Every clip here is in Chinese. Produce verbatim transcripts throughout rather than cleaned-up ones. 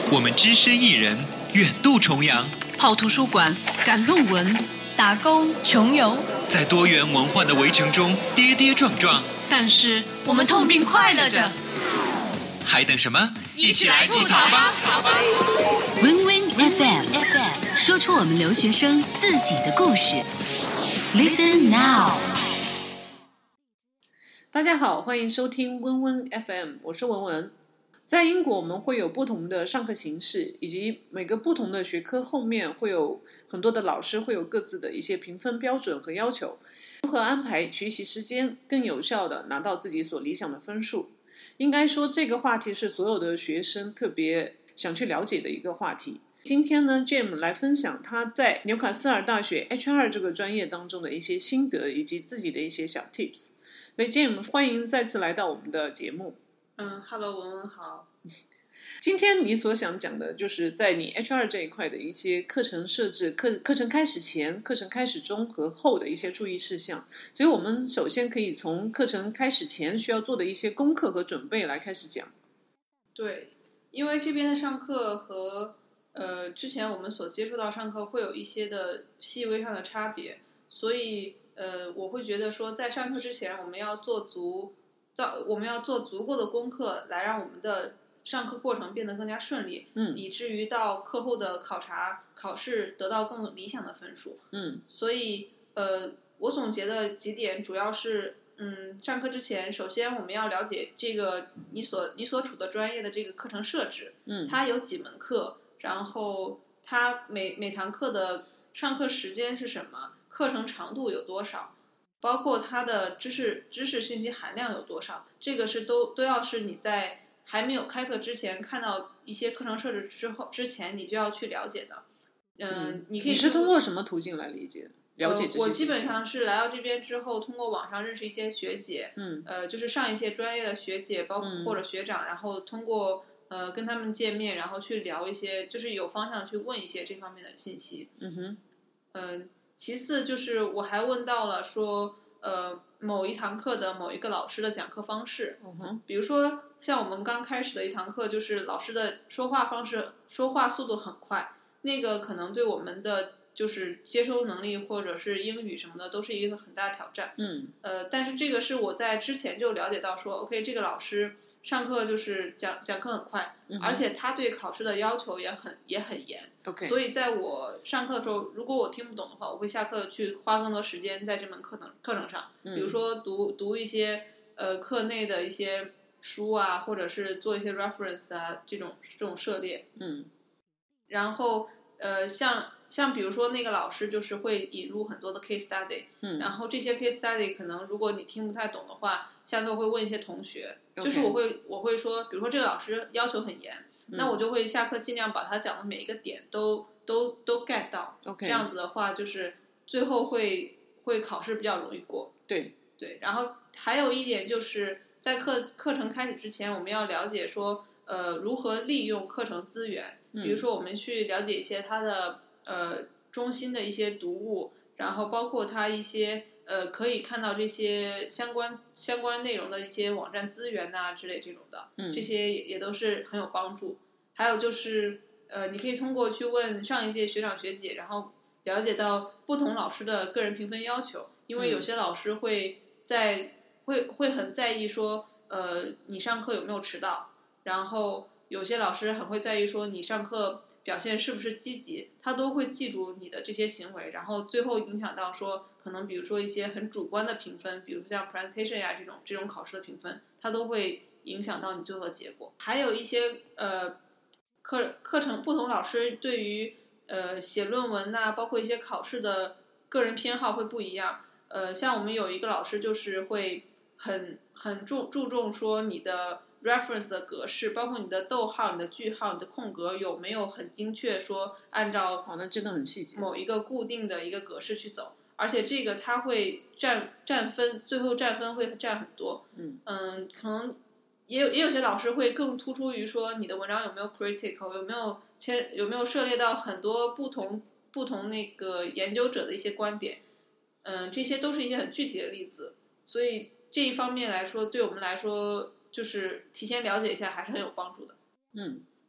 我们只身一人，远渡重洋， 跑图书馆，赶论文， 打工穷游， 在多元文化的围城中跌跌撞撞， 但是我们痛并快乐着。 还等什么？ 一起来吐槽吧 ！Win Win F M， 说出我们留学生自己的故事。Listen now。 大家好，欢迎收听温温 F M， 我是文文。在英国，我们会有不同的上课形式，以及每个不同的学科后面会有很多的老师会有各自的一些评分标准和要求。如何安排学习时间，更有效的拿到自己所理想的分数？应该说，这个话题是所有的学生特别想去了解的一个话题。今天呢 Jim 来分享他在纽卡斯尔大学 H R 这个专业当中的一些心得，以及自己的一些小 tips。所以 Jim 欢迎再次来到我们的节目。 嗯 ，Hello 文文好。 今天你所想讲的就是在你 H R 这一块的一些课程设置、课课程开始前、课程开始中和后的一些注意事项。所以我们首先可以从课程开始前需要做的一些功课和准备来开始讲。 对，因为这边的上课和呃之前我们所接触到上课会有一些的细微上的差别，所以呃我会觉得说在上课之前我们要做足。我们要做足够的功课，来让我们的上课过程变得更加顺利， 嗯， 以至于到课后的考察、考试得到更理想的分数， 嗯， 所以呃，我总结的几点主要是，嗯，上课之前，首先我们要了解这个你所你所处的专业的这个课程设置， 嗯， 它有几门课，然后它每每堂课的上课时间是什么，课程长度有多少。包括它的知识知识信息含量有多少，这个是都都要是你在还没有开课之前看到一些课程设置之后之前你就要去了解的。嗯， 嗯你可以你是通过什么途径来理解了解这些、 呃？我基本上是来到这边之后，通过网上认识一些学姐， 嗯， 呃，就是上一届专业的学姐，包括或者学长，嗯、然后通过呃跟他们见面，然后去聊一些，就是有方向去问一些这方面的信息。 嗯哼， 嗯、呃。其次就是我还问到了说，呃，某一堂课的某一个老师的讲课方式， 嗯哼， 比如说像我们刚开始的一堂课，就是老师的说话方式，说话速度很快，那个可能对我们的就是接收能力或者是英语什么的都是一个很大的挑战。 嗯， 呃，但是这个是我在之前就了解到说 ，OK， 这个老师上课就是讲讲课很快， 嗯、 而且他对考试的要求也很也很严。 OK， 所以在我上课的时候，如果我听不懂的话，我会下课去花更多时间在这门课程课程上，比如说读读一些呃课内的一些书啊，或者是做一些 reference 啊这种这种涉猎。 嗯， 然后呃像像比如说那个老师就是会引入很多的 case study， 嗯， 然后这些 case study 可能如果你听不太懂的话，下课会问一些同学， okay. 就是我会我会说，比如说这个老师要求很严。那我就会下课尽量把他讲的每一个点都都都 get 到， okay. 这样子的话就是最后会会考试比较容易过。 对对，然后还有一点就是在课课程开始之前，我们要了解说呃如何利用课程资源，比如说我们去了解一些它的呃中心的一些读物，然后包括它一些呃可以看到这些相关相关内容的一些网站资源呐、啊、之类这种的， 嗯， 这些也也都是很有帮助。还有就是呃，你可以通过去问上一届学长学姐，然后了解到不同老师的个人评分要求，因为有些老师会在会会很在意说呃你上课有没有迟到，然后有些老师很会在意说你上课表现是不是积极，他都会记住你的这些行为，然后最后影响到说可能比如说一些很主观的评分，比如像 presentation 呀这种这种考试的评分，它都会影响到你最后的结果。还有一些呃课课程不同老师对于呃写论文呐、啊，包括一些考试的个人偏好会不一样。呃，像我们有一个老师就是会很很注注重说你的reference 的格式，包括你的逗号、你的句号、你的空格有没有很精确说按照好，那真的很细节， 某一个固定的一个格式去走，而且这个它会占占分，最后占分会占很多。 嗯嗯，可能也有也有些老师会更突出于说你的文章有没有 critical， 有没有牵有没有涉猎到很多不同不同那个研究者的一些观点。嗯，这些都是一些很具体的例子，所以这一方面来说，对我们来说。就是提前了解一下还是很有帮助的。 嗯，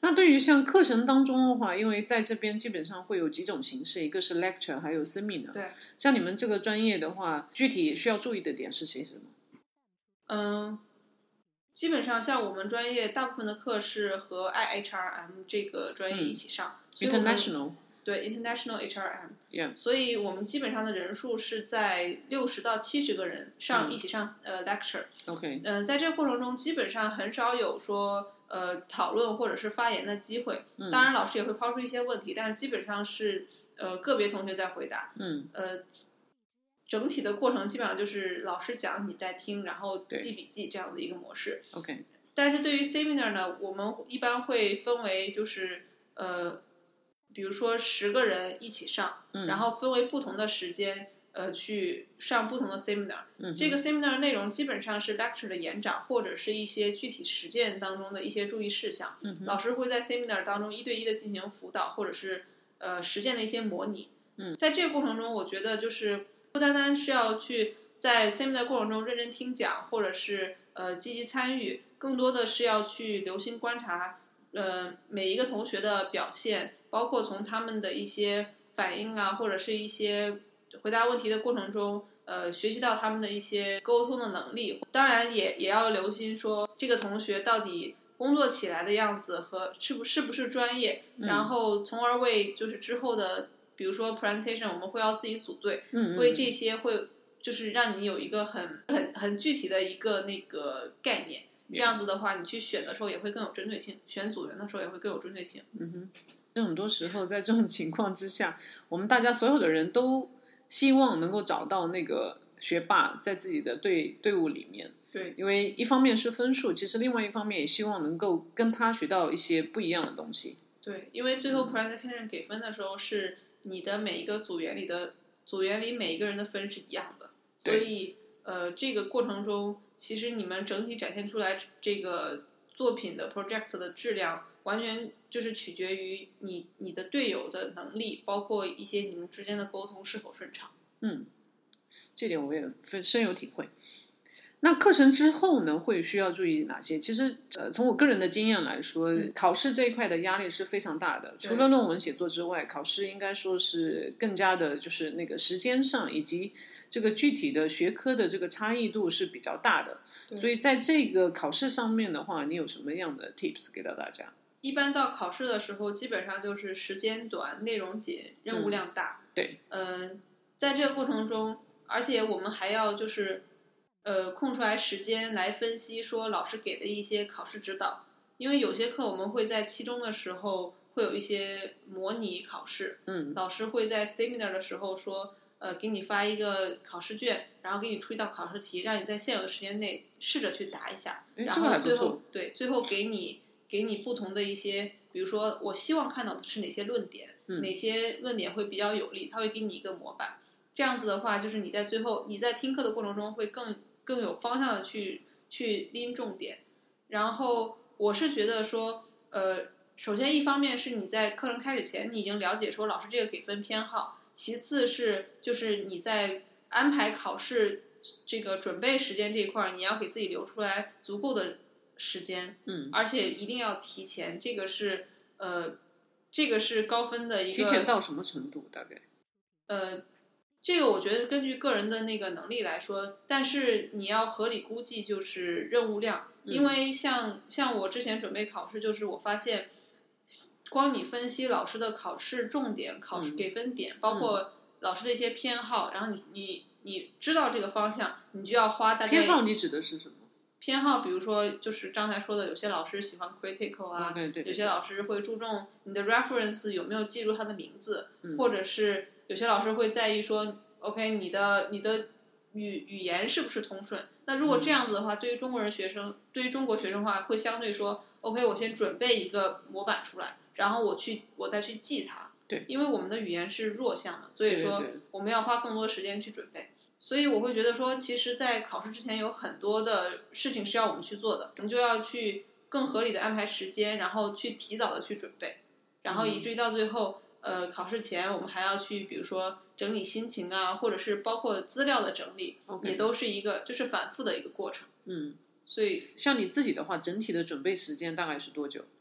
那对于像课程当中的话，因为在这边基本上会有几种形式，一个是 lecture， 还有 seminar。 对， 像你们这个专业的话，具体需要注意的点是些什么？ 嗯，基本上像我们专业大部分的课是和 I H R M 这个专业一起上、 嗯、，international。 对 International H R M，、yeah. 所所以我们基本上的人数是在六十到七十个人上、嗯、一起上呃 lecture。OK， 嗯、呃，在这个过程中基本上很少有说呃讨论或者是发言的机会。 嗯、 当然老师也会抛出一些问题，但是基本上是呃个别同学在回答。 嗯， 呃，整体的过程基本上就是老师讲你在听，然后记笔记这样的一个模式。 OK， 但是对于 seminar 呢，我们一般会分为就是呃。比如说十个人一起上、 嗯、 然后分为不同的时间呃，去上不同的 seminar、 嗯、 这个 seminar 内容基本上是 lecture 的延展或者是一些具体实践当中的一些注意事项、 嗯、 老师会在 seminar 当中一对一的进行辅导或者是呃实践的一些模拟、 嗯、 在这个过程中我觉得就是不单单是要去在 seminar 过程中认真听讲或者是呃积极参与，更多的是要去留心观察呃每一个同学的表现，包括从他们的一些反应啊，或者是一些回答问题的过程中，呃，学习到他们的一些沟通的能力。当然也也要留心说，这个同学到底工作起来的样子和是不是不是专业， 嗯、 然后从而为就是之后的，比如说 presentation， 我们会要自己组队， 嗯、 为这些会就是让你有一个很很很具体的一个那个概念。这样子的话，你去选的时候也会更有针对性，选组员的时候也会更有针对性。 嗯哼。很多时候在这种情况之下，我们大家所有的人都希望能够找到那个学霸在自己的队队伍里面。 对， 因为一方面是分数，其实另外一方面也希望能够跟他学到一些不一样的东西。 对，因为最后 presentation 给分的时候是你的每一个组员里的组员里每一个人的分是一样的，所以呃这个过程中其实你们整体展现出来这个作品的 project 的质量完全就是取决于你你的队友的能力，包括一些你们之间的沟通是否顺畅。 嗯，这点我也深有体会。那课程之后呢，会需要注意哪些？其实，呃，从我个人的经验来说， 嗯、 考试这一块的压力是非常大的。除了论文写作之外，考试应该说是更加的，就是那个时间上以及这个具体的学科的这个差异度是比较大的。所以在这个考试上面的话，你有什么样的 tips 给到大家？ 一般到考试的时候，基本上就是时间短、内容紧、任务量大。 嗯、对， 嗯、呃，在这个过程中，而且我们还要就是呃空出来时间来分析说老师给的一些考试指导，因为有些课我们会在期中的时候会有一些模拟考试， 嗯， 老师会在 seminar 的时候说，呃，给你发一个考试卷，然后给你出一道考试题，让你在现有的时间内试着去答一下，然后最后对最后给你。给你不同的一些，比如说我希望看到的是哪些论点、 嗯、 哪些论点会比较有利，他会给你一个模板。这样子的话，就是你在最后你在听课的过程中会更更有方向的去去拎重点。然后我是觉得说，呃，首先一方面是你在课程开始前你已经了解说老师这个给分偏好，其次是就是你在安排考试这个准备时间这一块，你要给自己留出来足够的时间， 嗯， 而且一定要提前，这个是呃，这个是高分的一个。 提前到什么程度？大概？ 呃，这个我觉得根据个人的那个能力来说，但是你要合理估计就是任务量， 嗯、 因为像像我之前准备考试，就是我发现，光你分析老师的考试重点、考试给分点， 嗯、 包括老师的一些偏好，然后你你你知道这个方向，你就要花大概。 偏好你指的是什么？ 偏好，比如说就是刚才说的，有些老师喜欢 critical 啊， 哦、对对对， 有些老师会注重你的 reference 有没有记住他的名字， 嗯、 或者是有些老师会在意说 ，OK， 你的你的语语言是不是通顺？那如果这样子的话，嗯、对于中国人学生，对于中国学生的话，会相对说 ，OK， 我先准备一个模板出来，然后我去我再去记它。 对， 因为我们的语言是弱项嘛，所以说我们要花更多的时间去准备。所以我会觉得说，其实在考试之前有很多的事情是要我们去做的，我们就要去更合理的安排时间，然后去提早的去准备，然后以至于到最后，嗯、呃，考试前我们还要去，比如说整理心情啊，或者是包括资料的整理， okay. 也都是一个就是反复的一个过程。 嗯， 所以像你自己的话，整体的准备时间大概是多久？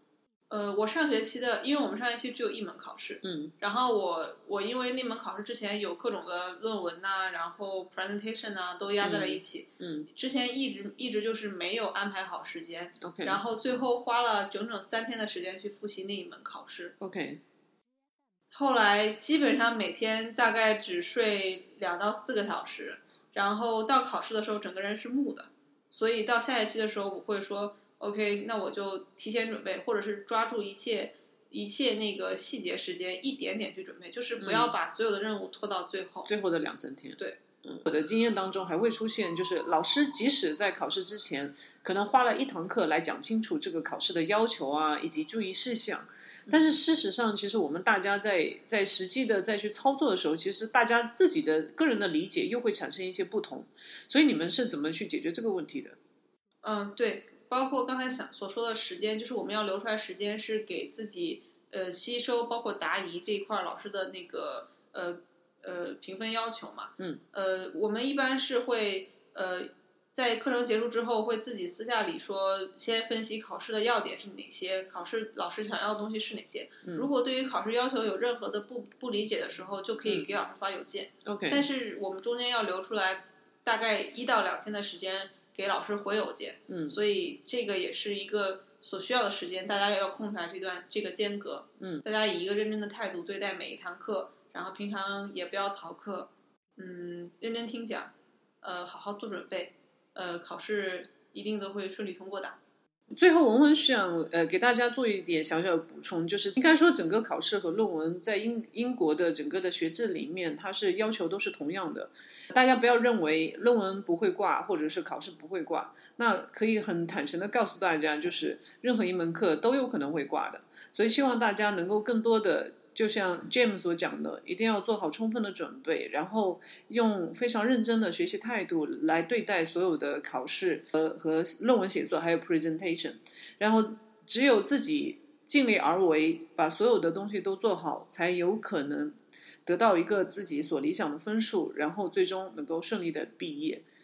呃，我上学期的，因为我们上学期只有一门考试， 嗯， 然后我我因为那门考试之前有各种的论文呐、然后 presentation 呐、都压在了一起， 嗯， 之前一直一直就是没有安排好时间 OK， 然后最后花了整整三天的时间去复习那一门考试 OK， 后来基本上每天大概只睡两到四个小时，然后到考试的时候整个人是木的，所以到下一期的时候我会说 OK， 那我就提前准备，或者是抓住一切一切那个细节时间，一点点去准备，就是不要把所有的任务拖到最后。 最后的两三天。 对， 嗯，我的经验当中还会出现，就是老师即使在考试之前，可能花了一堂课来讲清楚这个考试的要求啊，以及注意事项。但是事实上，其实我们大家在在实际的再去操作的时候，其实大家自己的个人的理解又会产生一些不同。所以你们是怎么去解决这个问题的？ 嗯，对，包括刚才想所说的时间，就是我们要留出来时间，是给自己呃吸收，包括答疑这一块老师的那个呃呃评分要求嘛。 嗯。 呃，我们一般是会呃在课程结束之后，会自己私下里说，先分析考试的要点是哪些，考试老师想要的东西是哪些。 嗯、 如果对于考试要求有任何的不不理解的时候，就可以给老师发邮件。 嗯、OK。 但是我们中间要留出来大概一到两天的时间给老师回邮件。 嗯。 所以这个也是一个所需要的时间，大家要空出来这段这个间隔。 嗯。 大家以一个认真的态度对待每一堂课，然后平常也不要逃课，嗯，认真听讲，呃，好好做准备。呃，考试一定都会顺利通过的。 最后，文文想呃给大家做一点小小的补充，就是应该说整个考试和论文在英英国的整个的学制里面，它是要求都是同样的。大家不要认为论文不会挂，或者是考试不会挂，那可以很坦诚的告诉大家，就是任何一门课都有可能会挂的。所以希望大家能够更多的，就像 James 所讲的，一定要做好充分的准备，然后用非常认真的学习态度来对待所有的考试和和论文写作，还有 presentation。然后只有自己尽力而为，把所有的东西都做好，才有可能得到一个自己所理想的分数，然后最终能够顺利的毕业。